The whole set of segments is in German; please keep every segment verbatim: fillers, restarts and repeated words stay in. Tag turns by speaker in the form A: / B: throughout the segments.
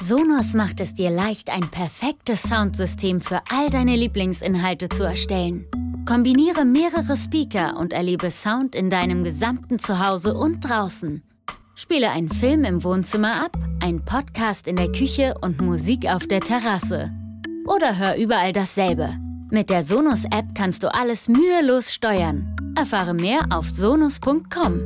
A: Sonos macht es dir leicht, ein perfektes Soundsystem für all deine Lieblingsinhalte zu erstellen. Kombiniere mehrere Speaker und erlebe Sound in deinem gesamten Zuhause und draußen. Spiele einen Film im Wohnzimmer ab, einen Podcast in der Küche und Musik auf der Terrasse. Oder hör überall dasselbe. Mit der Sonos-App kannst du alles mühelos steuern. Erfahre mehr auf sonos punkt com.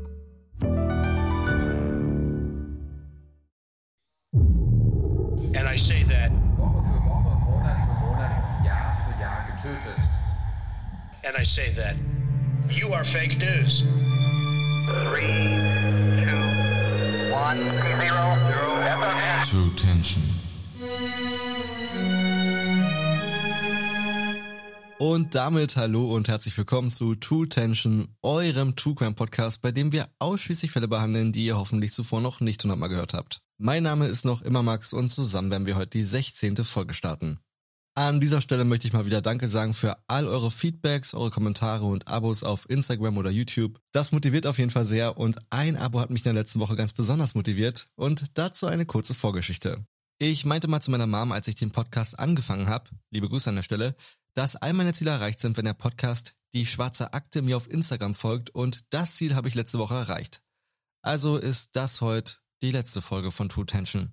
B: And I say that
C: Woche für Woche, Monat für Monat, Jahr für Jahr getötet.
B: and I say that you are fake news.
D: Three, two, one, zero, zero, F M S.
E: True Tension.
F: Und damit hallo und herzlich willkommen zu True Tension, eurem True Crime Podcast, bei dem wir ausschließlich Fälle behandeln, die ihr hoffentlich zuvor noch nicht hundertmal gehört habt. Mein Name ist noch immer Max und zusammen werden wir heute die sechzehnte Folge starten. An dieser Stelle möchte ich mal wieder Danke sagen für all eure Feedbacks, eure Kommentare und Abos auf Instagram oder YouTube. Das motiviert auf jeden Fall sehr und ein Abo hat mich in der letzten Woche ganz besonders motiviert und dazu eine kurze Vorgeschichte. Ich meinte mal zu meiner Mom, als ich den Podcast angefangen habe, liebe Grüße an der Stelle, dass all meine Ziele erreicht sind, wenn der Podcast Die Schwarze Akte mir auf Instagram folgt und das Ziel habe ich letzte Woche erreicht. Also ist das heute die letzte Folge von True Tension.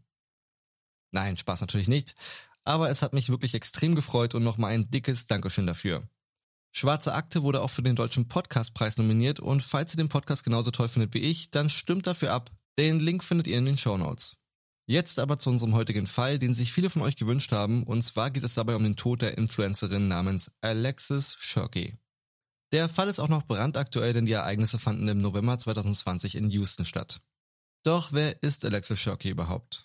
F: Nein, Spaß natürlich nicht, aber es hat mich wirklich extrem gefreut und nochmal ein dickes Dankeschön dafür. Schwarze Akte wurde auch für den Deutschen Podcastpreis nominiert und falls ihr den Podcast genauso toll findet wie ich, dann stimmt dafür ab. Den Link findet ihr in den Shownotes. Jetzt aber zu unserem heutigen Fall, den sich viele von euch gewünscht haben, und zwar geht es dabei um den Tod der Influencerin namens Alexis Shirky. Der Fall ist auch noch brandaktuell, denn die Ereignisse fanden im November zwanzig zwanzig in Houston statt. Doch wer ist Alexis Shirky überhaupt?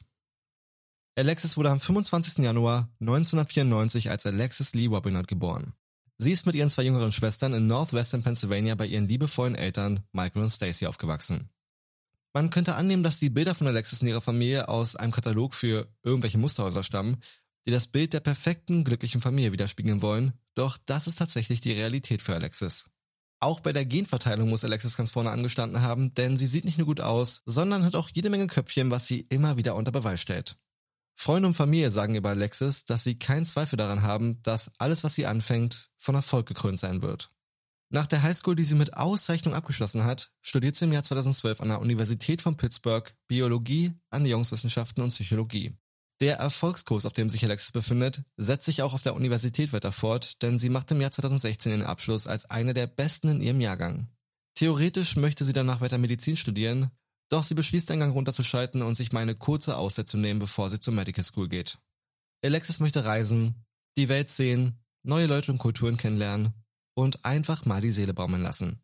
F: Alexis wurde am fünfundzwanzigsten Januar neunzehnhundertvierundneunzig als Alexis Lee Robinette geboren. Sie ist mit ihren zwei jüngeren Schwestern in Northwestern Pennsylvania bei ihren liebevollen Eltern Michael und Stacy aufgewachsen. Man könnte annehmen, dass die Bilder von Alexis und ihrer Familie aus einem Katalog für irgendwelche Musterhäuser stammen, die das Bild der perfekten, glücklichen Familie widerspiegeln wollen, doch das ist tatsächlich die Realität für Alexis. Auch bei der Genverteilung muss Alexis ganz vorne angestanden haben, denn sie sieht nicht nur gut aus, sondern hat auch jede Menge Köpfchen, was sie immer wieder unter Beweis stellt. Freunde und Familie sagen über Alexis, dass sie keinen Zweifel daran haben, dass alles, was sie anfängt, von Erfolg gekrönt sein wird. Nach der Highschool, die sie mit Auszeichnung abgeschlossen hat, studiert sie im Jahr zweitausendzwölf an der Universität von Pittsburgh Biologie, Ernährungswissenschaften und Psychologie. Der Erfolgskurs, auf dem sich Alexis befindet, setzt sich auch auf der Universität weiter fort, denn sie macht im Jahr zweitausendsechzehn den Abschluss als eine der Besten in ihrem Jahrgang. Theoretisch möchte sie danach weiter Medizin studieren, doch sie beschließt, einen Gang runterzuschalten und sich mal eine kurze Auszeit zu nehmen, bevor sie zur Medical School geht. Alexis möchte reisen, die Welt sehen, neue Leute und Kulturen kennenlernen und einfach mal die Seele baumeln lassen.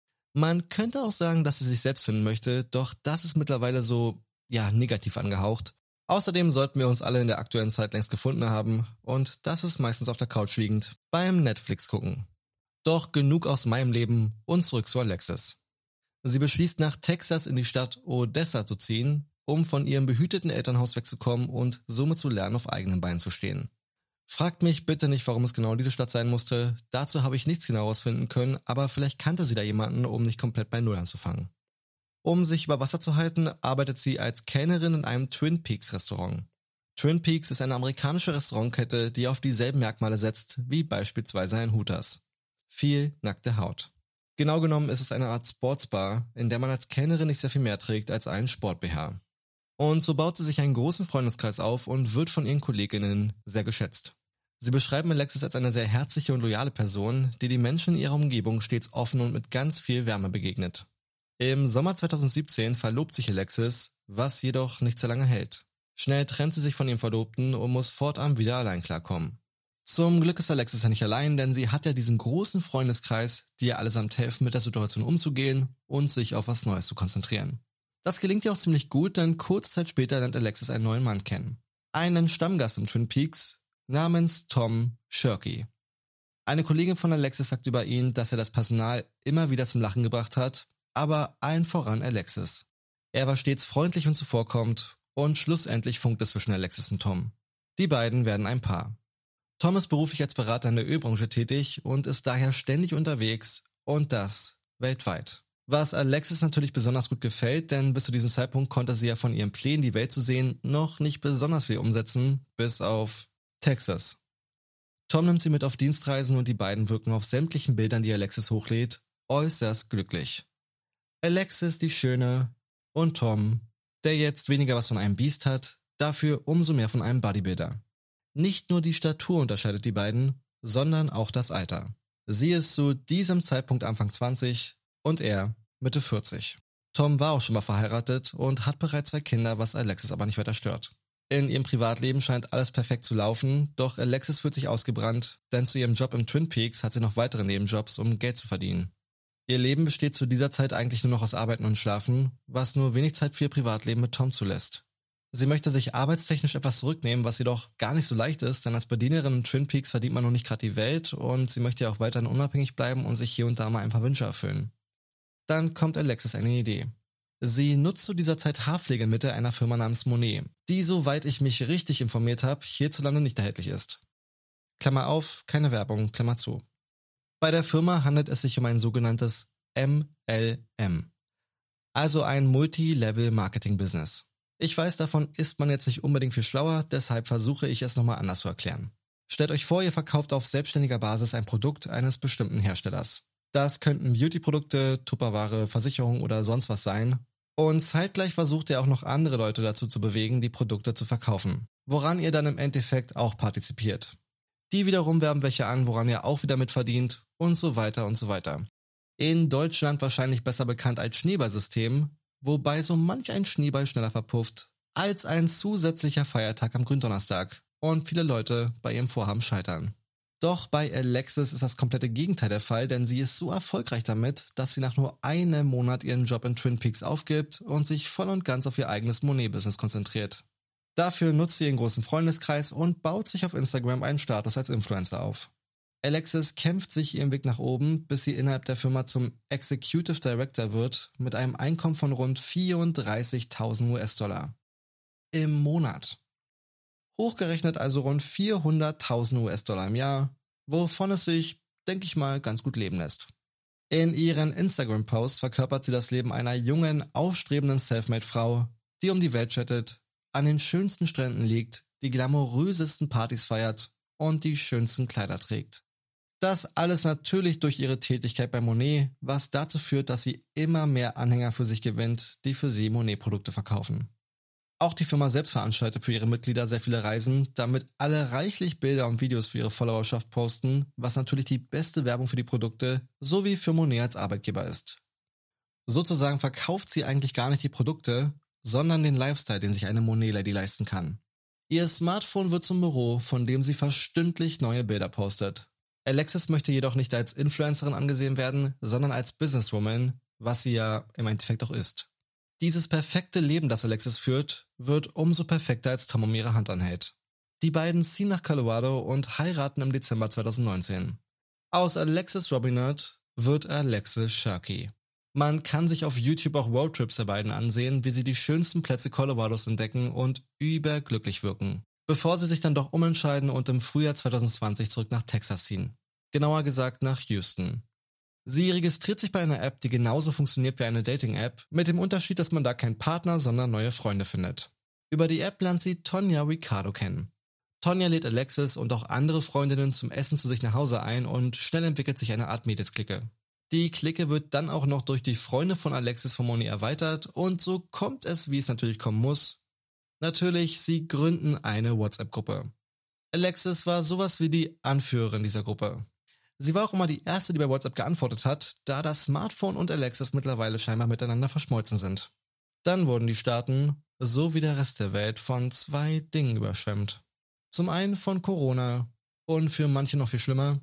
F: Man könnte auch sagen, dass sie sich selbst finden möchte, doch das ist mittlerweile so, ja, negativ angehaucht. Außerdem sollten wir uns alle in der aktuellen Zeit längst gefunden haben und das ist meistens auf der Couch liegend, beim Netflix gucken. Doch genug aus meinem Leben und zurück zu Alexis. Sie beschließt, nach Texas in die Stadt Odessa zu ziehen, um von ihrem behüteten Elternhaus wegzukommen und somit zu lernen, auf eigenen Beinen zu stehen. Fragt mich bitte nicht, warum es genau diese Stadt sein musste, dazu habe ich nichts genaueres finden können, aber vielleicht kannte sie da jemanden, um nicht komplett bei Null anzufangen. Um sich über Wasser zu halten, arbeitet sie als Kellnerin in einem Twin Peaks Restaurant. Twin Peaks ist eine amerikanische Restaurantkette, die auf dieselben Merkmale setzt, wie beispielsweise ein Hooters. Viel nackte Haut. Genau genommen ist es eine Art Sportsbar, in der man als Kellnerin nicht sehr viel mehr trägt als einen Sport-B H. Und so baut sie sich einen großen Freundeskreis auf und wird von ihren Kolleginnen sehr geschätzt. Sie beschreiben Alexis als eine sehr herzliche und loyale Person, die die Menschen in ihrer Umgebung stets offen und mit ganz viel Wärme begegnet. Im Sommer zweitausendsiebzehn verlobt sich Alexis, was jedoch nicht sehr lange hält. Schnell trennt sie sich von ihrem Verlobten und muss fortan wieder allein klarkommen. Zum Glück ist Alexis ja nicht allein, denn sie hat ja diesen großen Freundeskreis, die ihr allesamt helfen, mit der Situation umzugehen und sich auf was Neues zu konzentrieren. Das gelingt ihr auch ziemlich gut, denn kurze Zeit später lernt Alexis einen neuen Mann kennen. Einen Stammgast im Twin Peaks namens Tom Shirky. Eine Kollegin von Alexis sagt über ihn, dass er das Personal immer wieder zum Lachen gebracht hat, aber allen voran Alexis. Er war stets freundlich und zuvorkommend und schlussendlich funkt es zwischen Alexis und Tom. Die beiden werden ein Paar. Tom ist beruflich als Berater in der Ölbranche tätig und ist daher ständig unterwegs und das weltweit. Was Alexis natürlich besonders gut gefällt, denn bis zu diesem Zeitpunkt konnte sie ja von ihren Plänen, die Welt zu sehen, noch nicht besonders viel umsetzen, bis auf Texas. Tom nimmt sie mit auf Dienstreisen und die beiden wirken auf sämtlichen Bildern, die Alexis hochlädt, äußerst glücklich. Alexis, die Schöne, und Tom, der jetzt weniger was von einem Biest hat, dafür umso mehr von einem Bodybuilder. Nicht nur die Statur unterscheidet die beiden, sondern auch das Alter. Sie ist zu diesem Zeitpunkt Anfang zwanzig und er Mitte vierzig. Tom war auch schon mal verheiratet und hat bereits zwei Kinder, was Alexis aber nicht weiter stört. In ihrem Privatleben scheint alles perfekt zu laufen, doch Alexis fühlt sich ausgebrannt, denn zu ihrem Job im Twin Peaks hat sie noch weitere Nebenjobs, um Geld zu verdienen. Ihr Leben besteht zu dieser Zeit eigentlich nur noch aus Arbeiten und Schlafen, was nur wenig Zeit für ihr Privatleben mit Tom zulässt. Sie möchte sich arbeitstechnisch etwas zurücknehmen, was jedoch gar nicht so leicht ist, denn als Bedienerin im Twin Peaks verdient man noch nicht gerade die Welt und sie möchte ja auch weiterhin unabhängig bleiben und sich hier und da mal ein paar Wünsche erfüllen. Dann kommt Alexis eine Idee. Sie nutzt zu dieser Zeit Haarpflegemittel einer Firma namens Monat, die, soweit ich mich richtig informiert habe, hierzulande nicht erhältlich ist. Klammer auf, keine Werbung, Klammer zu. Bei der Firma handelt es sich um ein sogenanntes M L M, also ein Multi-Level-Marketing-Business. Ich weiß, davon ist man jetzt nicht unbedingt viel schlauer, deshalb versuche ich es nochmal anders zu erklären. Stellt euch vor, ihr verkauft auf selbstständiger Basis ein Produkt eines bestimmten Herstellers. Das könnten Beauty-Produkte, Tupperware, Versicherungen oder sonst was sein. Und zeitgleich versucht ihr auch noch andere Leute dazu zu bewegen, die Produkte zu verkaufen, woran ihr dann im Endeffekt auch partizipiert. Die wiederum werben welche an, woran ihr auch wieder mitverdient und so weiter und so weiter. In Deutschland wahrscheinlich besser bekannt als Schneeballsystem, wobei so manch ein Schneeball schneller verpufft als ein zusätzlicher Feiertag am Gründonnerstag und viele Leute bei ihrem Vorhaben scheitern. Doch bei Alexis ist das komplette Gegenteil der Fall, denn sie ist so erfolgreich damit, dass sie nach nur einem Monat ihren Job in Twin Peaks aufgibt und sich voll und ganz auf ihr eigenes Monet-Business konzentriert. Dafür nutzt sie ihren großen Freundeskreis und baut sich auf Instagram einen Status als Influencer auf. Alexis kämpft sich ihren Weg nach oben, bis sie innerhalb der Firma zum Executive Director wird, mit einem Einkommen von rund vierunddreißigtausend US-Dollar. Im Monat. Hochgerechnet also rund vierhunderttausend US-Dollar im Jahr, wovon es sich, denke ich mal, ganz gut leben lässt. In ihren Instagram-Posts verkörpert sie das Leben einer jungen, aufstrebenden Selfmade-Frau, die um die Welt chattet, an den schönsten Stränden liegt, die glamourösesten Partys feiert und die schönsten Kleider trägt. Das alles natürlich durch ihre Tätigkeit bei Monat, was dazu führt, dass sie immer mehr Anhänger für sich gewinnt, die für sie Monat-Produkte verkaufen. Auch die Firma selbst veranstaltet für ihre Mitglieder sehr viele Reisen, damit alle reichlich Bilder und Videos für ihre Followerschaft posten, was natürlich die beste Werbung für die Produkte sowie für Monat als Arbeitgeber ist. Sozusagen verkauft sie eigentlich gar nicht die Produkte, sondern den Lifestyle, den sich eine Monat-Lady leisten kann. Ihr Smartphone wird zum Büro, von dem sie verstündlich neue Bilder postet. Alexis möchte jedoch nicht als Influencerin angesehen werden, sondern als Businesswoman, was sie ja im Endeffekt auch ist. Dieses perfekte Leben, das Alexis führt, wird umso perfekter, als Tom um ihre Hand anhält. Die beiden ziehen nach Colorado und heiraten im Dezember zweitausendneunzehn. Aus Alexis Robinette wird Alexis Sharkey. Man kann sich auf YouTube auch Roadtrips der beiden ansehen, wie sie die schönsten Plätze Colorados entdecken und überglücklich wirken, bevor sie sich dann doch umentscheiden und im Frühjahr zweitausendzwanzig zurück nach Texas ziehen. Genauer gesagt nach Houston. Sie registriert sich bei einer App, die genauso funktioniert wie eine Dating-App, mit dem Unterschied, dass man da keinen Partner, sondern neue Freunde findet. Über die App lernt sie Tonya Ricardo kennen. Tonya lädt Alexis und auch andere Freundinnen zum Essen zu sich nach Hause ein und schnell entwickelt sich eine Art Mädelsklicke. Die Clique wird dann auch noch durch die Freunde von Alexis von Monat erweitert und so kommt es, wie es natürlich kommen muss. Natürlich, sie gründen eine WhatsApp-Gruppe. Alexis war sowas wie die Anführerin dieser Gruppe. Sie war auch immer die erste, die bei WhatsApp geantwortet hat, da das Smartphone und Alexis mittlerweile scheinbar miteinander verschmolzen sind. Dann wurden die Staaten, so wie der Rest der Welt, von zwei Dingen überschwemmt. Zum einen von Corona und für manche noch viel schlimmer,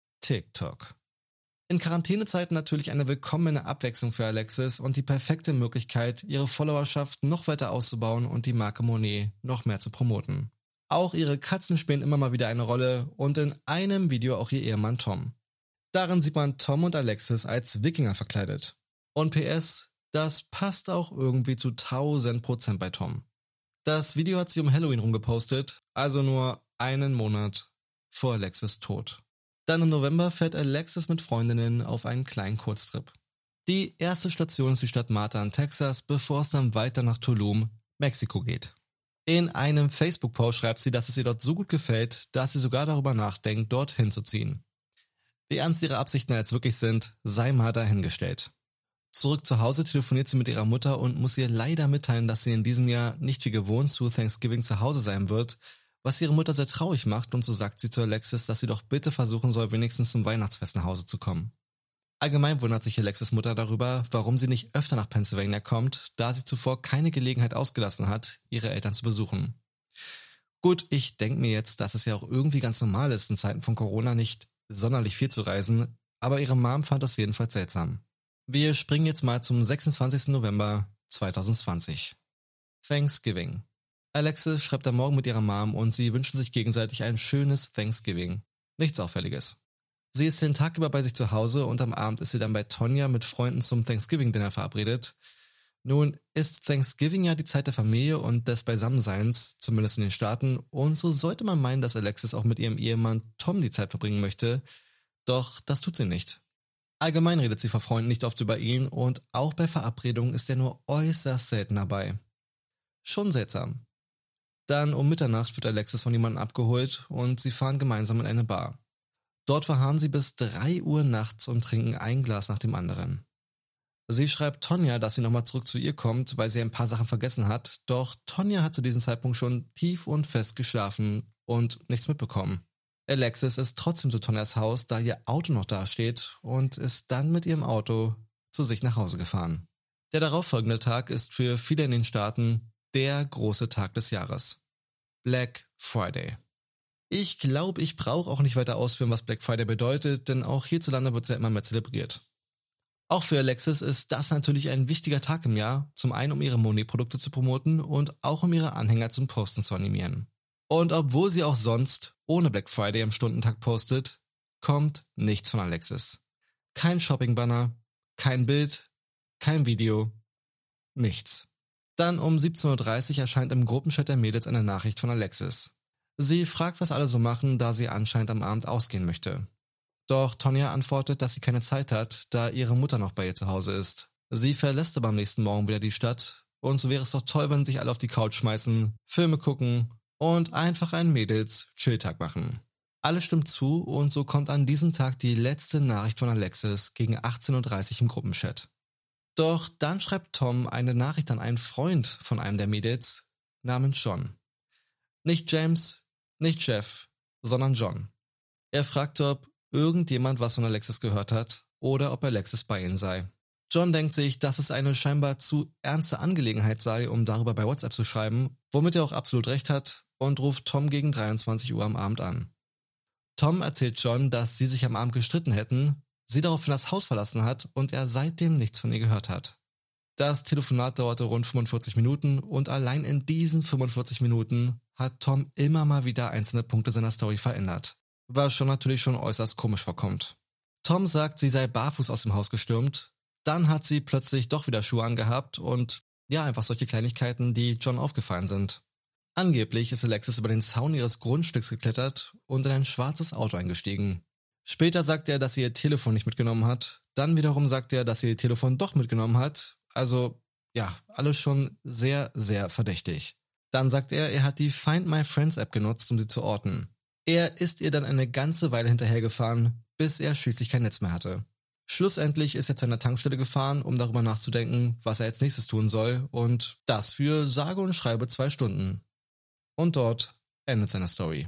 F: TikTok. In Quarantänezeiten natürlich eine willkommene Abwechslung für Alexis und die perfekte Möglichkeit, ihre Followerschaft noch weiter auszubauen und die Marke Monat noch mehr zu promoten. Auch ihre Katzen spielen immer mal wieder eine Rolle und in einem Video auch ihr Ehemann Tom. Darin sieht man Tom und Alexis als Wikinger verkleidet. Und P S, das passt auch irgendwie zu tausend Prozent bei Tom. Das Video hat sie um Halloween rumgepostet, also nur einen Monat vor Alexis Tod. Dann im November fährt Alexis mit Freundinnen auf einen kleinen Kurztrip. Die erste Station ist die Stadt Martha in Texas, bevor es dann weiter nach Tulum, Mexiko geht. In einem Facebook-Post schreibt sie, dass es ihr dort so gut gefällt, dass sie sogar darüber nachdenkt, dorthin zu ziehen. Wie ernst ihre Absichten jetzt wirklich sind, sei mal dahingestellt. Zurück zu Hause telefoniert sie mit ihrer Mutter und muss ihr leider mitteilen, dass sie in diesem Jahr nicht wie gewohnt zu Thanksgiving zu Hause sein wird, was ihre Mutter sehr traurig macht, und so sagt sie zu Alexis, dass sie doch bitte versuchen soll, wenigstens zum Weihnachtsfest nach Hause zu kommen. Allgemein wundert sich Alexis Mutter darüber, warum sie nicht öfter nach Pennsylvania kommt, da sie zuvor keine Gelegenheit ausgelassen hat, ihre Eltern zu besuchen. Gut, ich denke mir jetzt, dass es ja auch irgendwie ganz normal ist, in Zeiten von Corona nicht sonderlich viel zu reisen, aber ihre Mom fand das jedenfalls seltsam. Wir springen jetzt mal zum sechsundzwanzigsten November zweitausendzwanzig. Thanksgiving. Alexis schreibt am Morgen mit ihrer Mom und sie wünschen sich gegenseitig ein schönes Thanksgiving. Nichts Auffälliges. Sie ist den Tag über bei sich zu Hause und am Abend ist sie dann bei Tonya mit Freunden zum Thanksgiving-Dinner verabredet. Nun ist Thanksgiving ja die Zeit der Familie und des Beisammenseins, zumindest in den Staaten, und so sollte man meinen, dass Alexis auch mit ihrem Ehemann Tom die Zeit verbringen möchte, doch das tut sie nicht. Allgemein redet sie vor Freunden nicht oft über ihn und auch bei Verabredungen ist er nur äußerst selten dabei. Schon seltsam. Dann um Mitternacht wird Alexis von jemandem abgeholt und sie fahren gemeinsam in eine Bar. Dort verharren sie bis drei Uhr nachts und trinken ein Glas nach dem anderen. Sie schreibt Tonya, dass sie nochmal zurück zu ihr kommt, weil sie ein paar Sachen vergessen hat, doch Tonya hat zu diesem Zeitpunkt schon tief und fest geschlafen und nichts mitbekommen. Alexis ist trotzdem zu Tonyas Haus, da ihr Auto noch dasteht, und ist dann mit ihrem Auto zu sich nach Hause gefahren. Der darauffolgende Tag ist für viele in den Staaten der große Tag des Jahres. Black Friday. Ich glaube, ich brauche auch nicht weiter ausführen, was Black Friday bedeutet, denn auch hierzulande wird es ja immer mehr zelebriert. Auch für Alexis ist das natürlich ein wichtiger Tag im Jahr, zum einen um ihre Money-Produkte zu promoten und auch um ihre Anhänger zum Posten zu animieren. Und obwohl sie auch sonst ohne Black Friday am Stundentag postet, kommt nichts von Alexis. Kein Shopping-Banner, kein Bild, kein Video, nichts. Dann um siebzehn Uhr dreißig erscheint im Gruppenchat der Mädels eine Nachricht von Alexis. Sie fragt, was alle so machen, da sie anscheinend am Abend ausgehen möchte. Doch Tonya antwortet, dass sie keine Zeit hat, da ihre Mutter noch bei ihr zu Hause ist. Sie verlässt aber am nächsten Morgen wieder die Stadt und so wäre es doch toll, wenn sich alle auf die Couch schmeißen, Filme gucken und einfach einen Mädels-Chilltag machen. Alles stimmt zu und so kommt an diesem Tag die letzte Nachricht von Alexis gegen achtzehn Uhr dreißig im Gruppenchat. Doch dann schreibt Tom eine Nachricht an einen Freund von einem der Mädels namens John. Nicht James, nicht Jeff, sondern John. Er fragt, ob irgendjemand was von Alexis gehört hat oder ob Alexis bei ihnen sei. John denkt sich, dass es eine scheinbar zu ernste Angelegenheit sei, um darüber bei WhatsApp zu schreiben, womit er auch absolut recht hat, und ruft Tom gegen dreiundzwanzig Uhr am Abend an. Tom erzählt John, dass sie sich am Abend gestritten hätten, sie daraufhin das Haus verlassen hat und er seitdem nichts von ihr gehört hat. Das Telefonat dauerte rund fünfundvierzig Minuten und allein in diesen fünfundvierzig Minuten hat Tom immer mal wieder einzelne Punkte seiner Story verändert, was schon natürlich schon äußerst komisch vorkommt. Tom sagt, sie sei barfuß aus dem Haus gestürmt, dann hat sie plötzlich doch wieder Schuhe angehabt und ja, einfach solche Kleinigkeiten, die John aufgefallen sind. Angeblich ist Alexis über den Zaun ihres Grundstücks geklettert und in ein schwarzes Auto eingestiegen. Später sagt er, dass sie ihr Telefon nicht mitgenommen hat, dann wiederum sagt er, dass sie ihr Telefon doch mitgenommen hat, also ja, alles schon sehr, sehr verdächtig. Dann sagt er, er hat die Find My Friends App genutzt, um sie zu orten. Er ist ihr dann eine ganze Weile hinterhergefahren, bis er schließlich kein Netz mehr hatte. Schlussendlich ist er zu einer Tankstelle gefahren, um darüber nachzudenken, was er als nächstes tun soll, und das für sage und schreibe zwei Stunden. Und dort endet seine Story.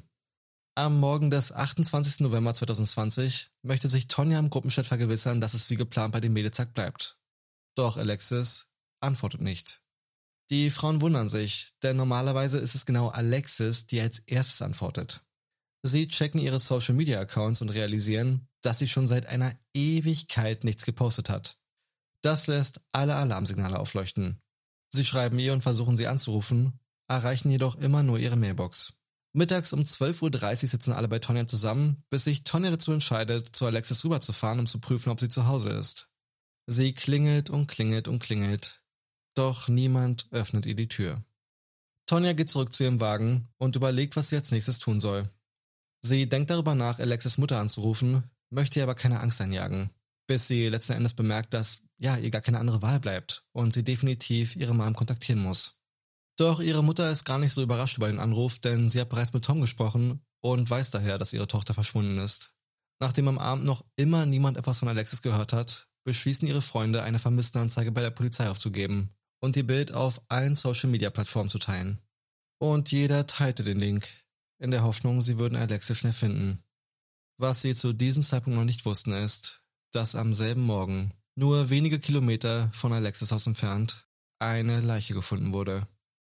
F: Am Morgen des achtundzwanzigsten November zweitausendzwanzig möchte sich Tonya im Gruppenchat vergewissern, dass es wie geplant bei dem Mädelstag bleibt. Doch Alexis antwortet nicht. Die Frauen wundern sich, denn normalerweise ist es genau Alexis, die als erstes antwortet. Sie checken ihre Social-Media-Accounts und realisieren, dass sie schon seit einer Ewigkeit nichts gepostet hat. Das lässt alle Alarmsignale aufleuchten. Sie schreiben ihr und versuchen sie anzurufen, erreichen jedoch immer nur ihre Mailbox. Mittags um zwölf Uhr dreißig sitzen alle bei Tonya zusammen, bis sich Tonya dazu entscheidet, zu Alexis rüberzufahren, um zu prüfen, ob sie zu Hause ist. Sie klingelt und klingelt und klingelt, doch niemand öffnet ihr die Tür. Tonya geht zurück zu ihrem Wagen und überlegt, was sie als nächstes tun soll. Sie denkt darüber nach, Alexis Mutter anzurufen, möchte ihr aber keine Angst einjagen. bis sie letzten Endes bemerkt, dass ja ihr gar keine andere Wahl bleibt und sie definitiv ihre Mom kontaktieren muss. Doch ihre Mutter ist gar nicht so überrascht über den Anruf, denn sie hat bereits mit Tom gesprochen und weiß daher, dass ihre Tochter verschwunden ist. Nachdem am Abend noch immer niemand etwas von Alexis gehört hat, beschließen ihre Freunde, eine Vermisstenanzeige bei der Polizei aufzugeben und ihr Bild auf allen Social-Media-Plattformen zu teilen. Und jeder teilte den Link, in der Hoffnung, sie würden Alexis schnell finden. Was sie zu diesem Zeitpunkt noch nicht wussten ist, dass am selben Morgen, nur wenige Kilometer von Alexis Haus entfernt, eine Leiche gefunden wurde.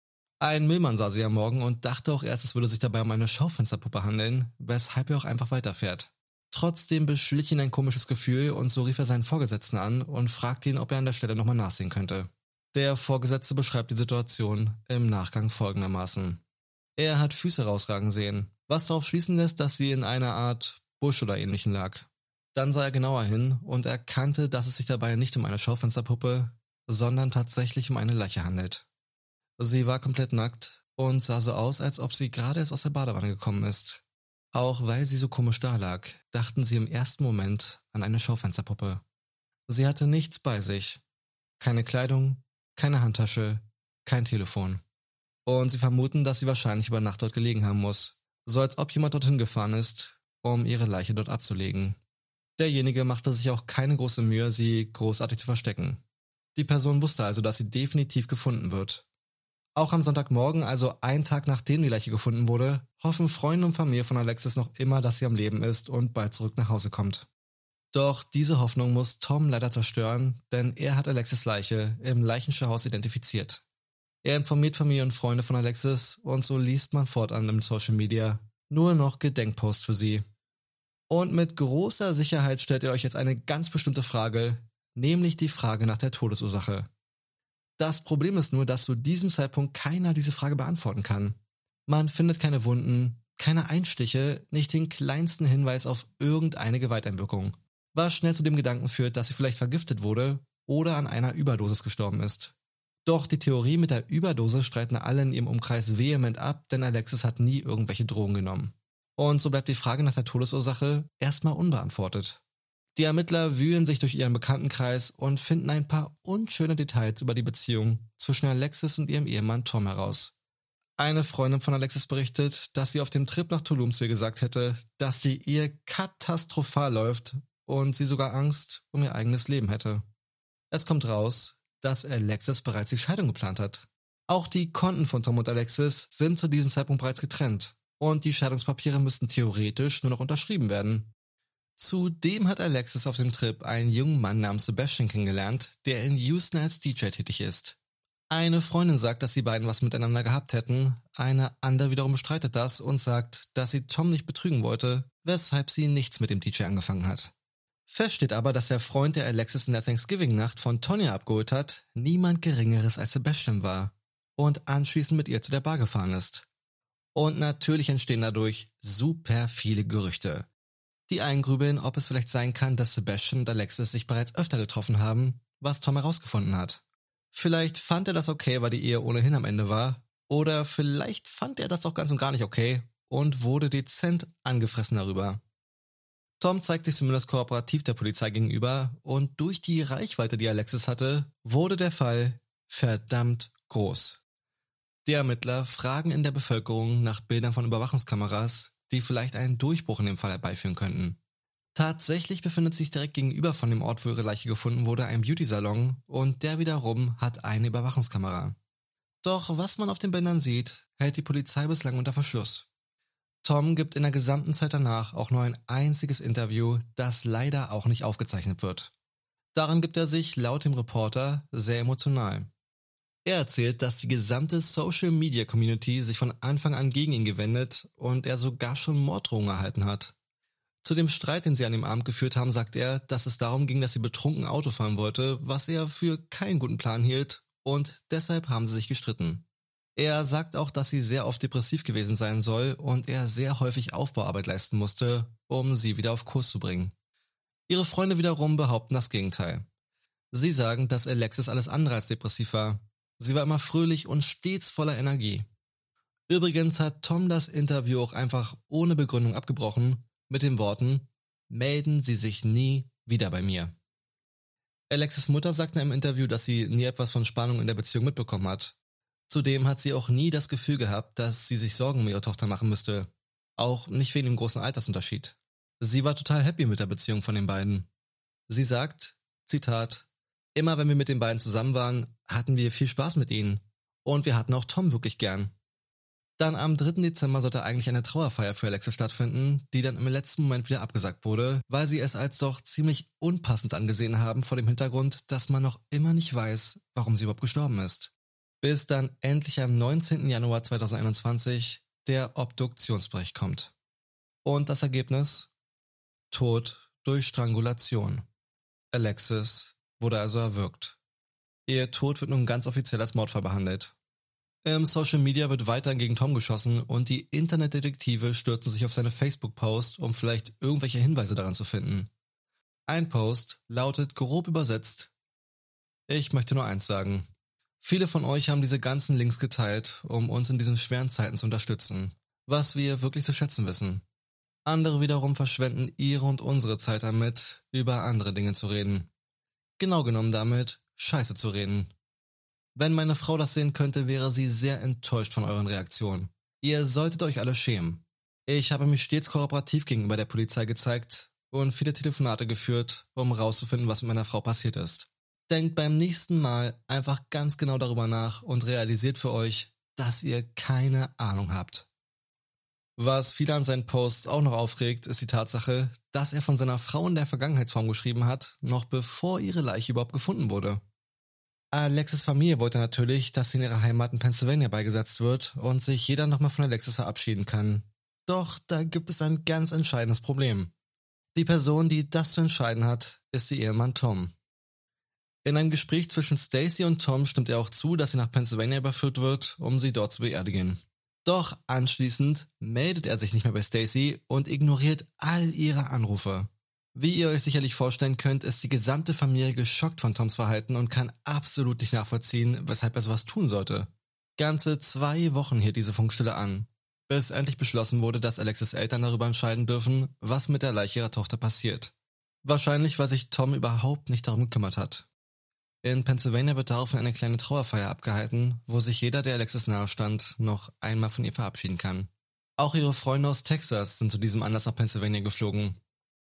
F: Ein Müllmann sah sie am Morgen und dachte auch erst, es würde sich dabei um eine Schaufensterpuppe handeln, weshalb er auch einfach weiterfährt. Trotzdem beschlich ihn ein komisches Gefühl und so rief er seinen Vorgesetzten an und fragte ihn, ob er an der Stelle nochmal nachsehen könnte. Der Vorgesetzte beschreibt die Situation im Nachgang folgendermaßen. Er hat Füße rausragen sehen, was darauf schließen lässt, dass sie in einer Art Busch oder Ähnlichem lag. Dann sah er genauer hin und erkannte, dass es sich dabei nicht um eine Schaufensterpuppe, sondern tatsächlich um eine Leiche handelt. Sie war komplett nackt und sah so aus, als ob sie gerade erst aus der Badewanne gekommen ist. Auch weil sie so komisch dalag, dachten sie im ersten Moment an eine Schaufensterpuppe. Sie hatte nichts bei sich. Keine Kleidung, keine Handtasche, kein Telefon. Und sie vermuten, dass sie wahrscheinlich über Nacht dort gelegen haben muss, so als ob jemand dorthin gefahren ist, um ihre Leiche dort abzulegen. Derjenige machte sich auch keine große Mühe, sie großartig zu verstecken. Die Person wusste also, dass sie definitiv gefunden wird. Auch am Sonntagmorgen, also einen Tag nachdem die Leiche gefunden wurde, hoffen Freunde und Familie von Alexis noch immer, dass sie am Leben ist und bald zurück nach Hause kommt. Doch diese Hoffnung muss Tom leider zerstören, denn er hat Alexis' Leiche im Leichenschauhaus identifiziert. Er informiert Familie und Freunde von Alexis und so liest man fortan im Social Media nur noch Gedenkposts für sie. Und mit großer Sicherheit stellt ihr euch jetzt eine ganz bestimmte Frage, nämlich die Frage nach der Todesursache. Das Problem ist nur, dass zu diesem Zeitpunkt keiner diese Frage beantworten kann. Man findet keine Wunden, keine Einstiche, nicht den kleinsten Hinweis auf irgendeine Gewalteinwirkung, was schnell zu dem Gedanken führt, dass sie vielleicht vergiftet wurde oder an einer Überdosis gestorben ist. Doch die Theorie mit der Überdosis streiten alle in ihrem Umkreis vehement ab, denn Alexis hat nie irgendwelche Drogen genommen. Und so bleibt die Frage nach der Todesursache erstmal unbeantwortet. Die Ermittler wühlen sich durch ihren Bekanntenkreis und finden ein paar unschöne Details über die Beziehung zwischen Alexis und ihrem Ehemann Tom heraus. Eine Freundin von Alexis berichtet, dass sie auf dem Trip nach Tulum zu ihr gesagt hätte, dass die Ehe katastrophal läuft und sie sogar Angst um ihr eigenes Leben hätte. Es kommt raus, dass Alexis bereits die Scheidung geplant hat. Auch die Konten von Tom und Alexis sind zu diesem Zeitpunkt bereits getrennt und die Scheidungspapiere müssten theoretisch nur noch unterschrieben werden. Zudem hat Alexis auf dem Trip einen jungen Mann namens Sebastian kennengelernt, der in Houston als D J tätig ist. Eine Freundin sagt, dass die beiden was miteinander gehabt hätten, eine andere wiederum bestreitet das und sagt, dass sie Tom nicht betrügen wollte, weshalb sie nichts mit dem D J angefangen hat. Fest steht aber, dass der Freund, der Alexis in der Thanksgiving-Nacht von Tonya abgeholt hat, niemand Geringeres als Sebastian war und anschließend mit ihr zu der Bar gefahren ist. Und natürlich entstehen dadurch super viele Gerüchte. Die einen grübeln, ob es vielleicht sein kann, dass Sebastian und Alexis sich bereits öfter getroffen haben, was Tom herausgefunden hat. Vielleicht fand er das okay, weil die Ehe ohnehin am Ende war, oder vielleicht fand er das auch ganz und gar nicht okay und wurde dezent angefressen darüber. Tom zeigt sich zumindest kooperativ der Polizei gegenüber und durch die Reichweite, die Alexis hatte, wurde der Fall verdammt groß. Die Ermittler fragen in der Bevölkerung nach Bildern von Überwachungskameras, die vielleicht einen Durchbruch in dem Fall herbeiführen könnten. Tatsächlich befindet sich direkt gegenüber von dem Ort, wo ihre Leiche gefunden wurde, ein Beauty-Salon und der wiederum hat eine Überwachungskamera. Doch was man auf den Bildern sieht, hält die Polizei bislang unter Verschluss. Tom gibt in der gesamten Zeit danach auch nur ein einziges Interview, das leider auch nicht aufgezeichnet wird. Darin gibt er sich laut dem Reporter sehr emotional. Er erzählt, dass die gesamte Social-Media-Community sich von Anfang an gegen ihn gewendet und er sogar schon Morddrohungen erhalten hat. Zu dem Streit, den sie an dem Abend geführt haben, sagt er, dass es darum ging, dass sie betrunken Auto fahren wollte, was er für keinen guten Plan hielt und deshalb haben sie sich gestritten. Er sagt auch, dass sie sehr oft depressiv gewesen sein soll und er sehr häufig Aufbauarbeit leisten musste, um sie wieder auf Kurs zu bringen. Ihre Freunde wiederum behaupten das Gegenteil. Sie sagen, dass Alexis alles andere als depressiv war. Sie war immer fröhlich und stets voller Energie. Übrigens hat Tom das Interview auch einfach ohne Begründung abgebrochen mit den Worten: Melden Sie sich nie wieder bei mir. Alexis Mutter sagte in einem Interview, dass sie nie etwas von Spannung in der Beziehung mitbekommen hat. Zudem hat sie auch nie das Gefühl gehabt, dass sie sich Sorgen um ihre Tochter machen müsste. Auch nicht wegen dem großen Altersunterschied. Sie war total happy mit der Beziehung von den beiden. Sie sagt, Zitat, immer wenn wir mit den beiden zusammen waren, hatten wir viel Spaß mit ihnen. Und wir hatten auch Tom wirklich gern. Dann am dritten Dezember sollte eigentlich eine Trauerfeier für Alexis stattfinden, die dann im letzten Moment wieder abgesagt wurde, weil sie es als doch ziemlich unpassend angesehen haben vor dem Hintergrund, dass man noch immer nicht weiß, warum sie überhaupt gestorben ist. Bis dann endlich am neunzehnten Januar zweitausendeinundzwanzig der Obduktionsbericht kommt. Und das Ergebnis? Tod durch Strangulation. Alexis wurde also erwürgt. Ihr Tod wird nun ganz offiziell als Mordfall behandelt. Im Social Media wird weiterhin gegen Tom geschossen und die Internetdetektive stürzen sich auf seine Facebook-Post, um vielleicht irgendwelche Hinweise daran zu finden. Ein Post lautet grob übersetzt: Ich möchte nur eins sagen. Viele von euch haben diese ganzen Links geteilt, um uns in diesen schweren Zeiten zu unterstützen, was wir wirklich zu schätzen wissen. Andere wiederum verschwenden ihre und unsere Zeit damit, über andere Dinge zu reden. Genau genommen damit, Scheiße zu reden. Wenn meine Frau das sehen könnte, wäre sie sehr enttäuscht von euren Reaktionen. Ihr solltet euch alle schämen. Ich habe mich stets kooperativ gegenüber der Polizei gezeigt und viele Telefonate geführt, um rauszufinden, was mit meiner Frau passiert ist. Denkt beim nächsten Mal einfach ganz genau darüber nach und realisiert für euch, dass ihr keine Ahnung habt. Was viele an seinen Posts auch noch aufregt, ist die Tatsache, dass er von seiner Frau in der Vergangenheitsform geschrieben hat, noch bevor ihre Leiche überhaupt gefunden wurde. Alexis' Familie wollte natürlich, dass sie in ihrer Heimat in Pennsylvania beigesetzt wird und sich jeder nochmal von Alexis verabschieden kann. Doch da gibt es ein ganz entscheidendes Problem. Die Person, die das zu entscheiden hat, ist ihr Ehemann Tom. In einem Gespräch zwischen Stacy und Tom stimmt er auch zu, dass sie nach Pennsylvania überführt wird, um sie dort zu beerdigen. Doch anschließend meldet er sich nicht mehr bei Stacy und ignoriert all ihre Anrufe. Wie ihr euch sicherlich vorstellen könnt, ist die gesamte Familie geschockt von Toms Verhalten und kann absolut nicht nachvollziehen, weshalb er sowas tun sollte. Ganze zwei Wochen hielt diese Funkstille an, bis endlich beschlossen wurde, dass Alexis' Eltern darüber entscheiden dürfen, was mit der Leiche ihrer Tochter passiert. Wahrscheinlich, weil sich Tom überhaupt nicht darum gekümmert hat. In Pennsylvania wird daraufhin eine kleine Trauerfeier abgehalten, wo sich jeder, der Alexis nahestand, noch einmal von ihr verabschieden kann. Auch ihre Freunde aus Texas sind zu diesem Anlass nach Pennsylvania geflogen.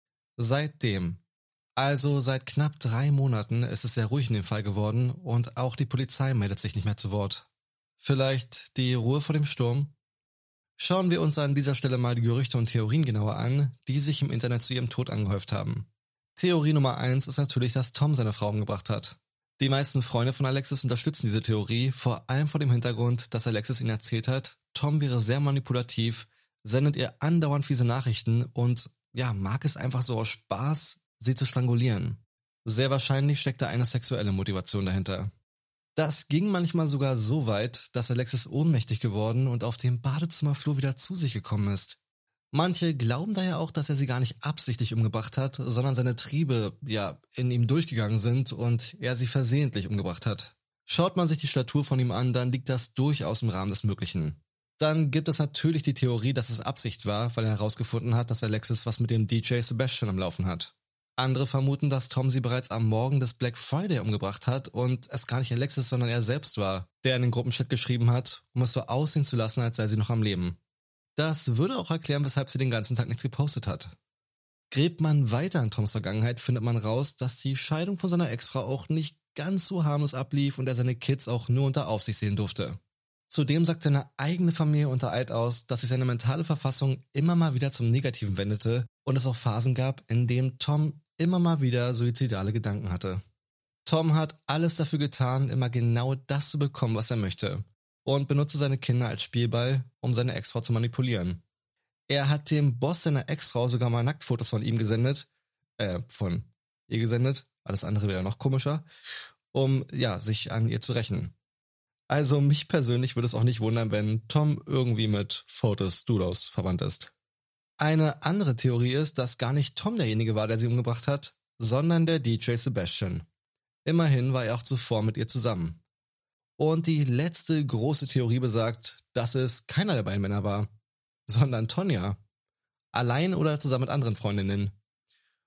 F: Seitdem, also seit knapp drei Monaten, ist es sehr ruhig in dem Fall geworden und auch die Polizei meldet sich nicht mehr zu Wort. Vielleicht die Ruhe vor dem Sturm? Schauen wir uns an dieser Stelle mal die Gerüchte und Theorien genauer an, die sich im Internet zu ihrem Tod angehäuft haben. Theorie Nummer eins ist natürlich, dass Tom seine Frau umgebracht hat. Die meisten Freunde von Alexis unterstützen diese Theorie, vor allem vor dem Hintergrund, dass Alexis ihnen erzählt hat, Tom wäre sehr manipulativ, sendet ihr andauernd fiese Nachrichten und ja, mag es einfach so aus Spaß, sie zu strangulieren. Sehr wahrscheinlich steckt da eine sexuelle Motivation dahinter. Das ging manchmal sogar so weit, dass Alexis ohnmächtig geworden und auf dem Badezimmerflur wieder zu sich gekommen ist. Manche glauben daher auch, dass er sie gar nicht absichtlich umgebracht hat, sondern seine Triebe, ja, in ihm durchgegangen sind und er sie versehentlich umgebracht hat. Schaut man sich die Statur von ihm an, dann liegt das durchaus im Rahmen des Möglichen. Dann gibt es natürlich die Theorie, dass es Absicht war, weil er herausgefunden hat, dass Alexis was mit dem D J Sebastian am Laufen hat. Andere vermuten, dass Tom sie bereits am Morgen des Black Friday umgebracht hat und es gar nicht Alexis, sondern er selbst war, der in den Gruppenchat geschrieben hat, um es so aussehen zu lassen, als sei sie noch am Leben. Das würde auch erklären, weshalb sie den ganzen Tag nichts gepostet hat. Gräbt man weiter in Toms Vergangenheit, findet man raus, dass die Scheidung von seiner Ex-Frau auch nicht ganz so harmlos ablief und er seine Kids auch nur unter Aufsicht sehen durfte. Zudem sagt seine eigene Familie unter Eid aus, dass sich seine mentale Verfassung immer mal wieder zum Negativen wendete und es auch Phasen gab, in denen Tom immer mal wieder suizidale Gedanken hatte. Tom hat alles dafür getan, immer genau das zu bekommen, was er möchte, und benutzte seine Kinder als Spielball, um seine Ex-Frau zu manipulieren. Er hat dem Boss seiner Ex-Frau sogar mal Nacktfotos von ihm gesendet, äh, von ihr gesendet, alles andere wäre noch komischer, um, ja, sich an ihr zu rächen. Also mich persönlich würde es auch nicht wundern, wenn Tom irgendwie mit Fotis Dudos verwandt ist. Eine andere Theorie ist, dass gar nicht Tom derjenige war, der sie umgebracht hat, sondern der D J Sebastian. Immerhin war er auch zuvor mit ihr zusammen. Und die letzte große Theorie besagt, dass es keiner der beiden Männer war, sondern Tonja. Allein oder zusammen mit anderen Freundinnen.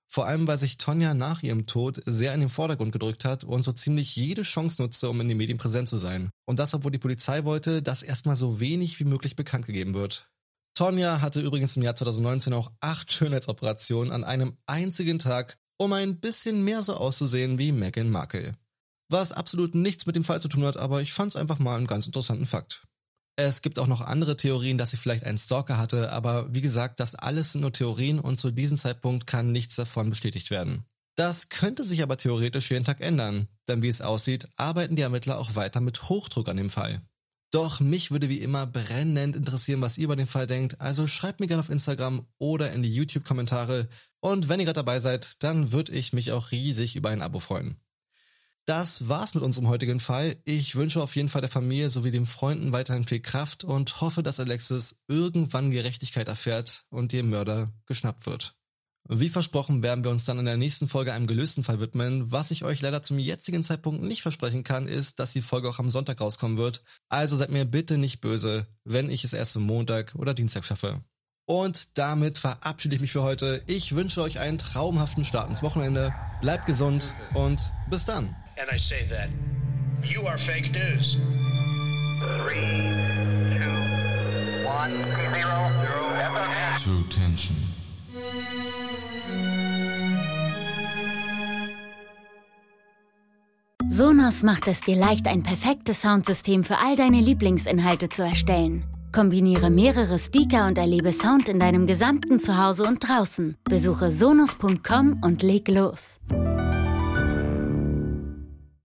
F: Vor allem, weil sich Tonya nach ihrem Tod sehr in den Vordergrund gedrückt hat und so ziemlich jede Chance nutzte, um in den Medien präsent zu sein. Und das, obwohl die Polizei wollte, dass erstmal so wenig wie möglich bekannt gegeben wird. Tonya hatte übrigens im Jahr zweitausendneunzehn auch acht Schönheitsoperationen an einem einzigen Tag, um ein bisschen mehr so auszusehen wie Meghan Markle. Was absolut nichts mit dem Fall zu tun hat, aber ich fand's einfach mal einen ganz interessanten Fakt. Es gibt auch noch andere Theorien, dass sie vielleicht einen Stalker hatte, aber wie gesagt, das alles sind nur Theorien und zu diesem Zeitpunkt kann nichts davon bestätigt werden. Das könnte sich aber theoretisch jeden Tag ändern, denn wie es aussieht, arbeiten die Ermittler auch weiter mit Hochdruck an dem Fall. Doch mich würde wie immer brennend interessieren, was ihr über den Fall denkt, also schreibt mir gerne auf Instagram oder in die YouTube-Kommentare und wenn ihr gerade dabei seid, dann würde ich mich auch riesig über ein Abo freuen. Das war's mit unserem heutigen Fall. Ich wünsche auf jeden Fall der Familie sowie den Freunden weiterhin viel Kraft und hoffe, dass Alexis irgendwann Gerechtigkeit erfährt und ihr Mörder geschnappt wird. Wie versprochen werden wir uns dann in der nächsten Folge einem gelösten Fall widmen. Was ich euch leider zum jetzigen Zeitpunkt nicht versprechen kann, ist, dass die Folge auch am Sonntag rauskommen wird. Also seid mir bitte nicht böse, wenn ich es erst am Montag oder Dienstag schaffe. Und damit verabschiede ich mich für heute. Ich wünsche euch einen traumhaften Start ins Wochenende. Bleibt gesund und bis dann.
B: And I say that you are fake news.
D: Three, two, one, zero, zero, F M.
C: True Tension.
A: Sonos macht es dir leicht, ein perfektes Soundsystem für all deine Lieblingsinhalte zu erstellen. Kombiniere mehrere Speaker und erlebe Sound in deinem gesamten Zuhause und draußen. Besuche sonos punkt com und leg los.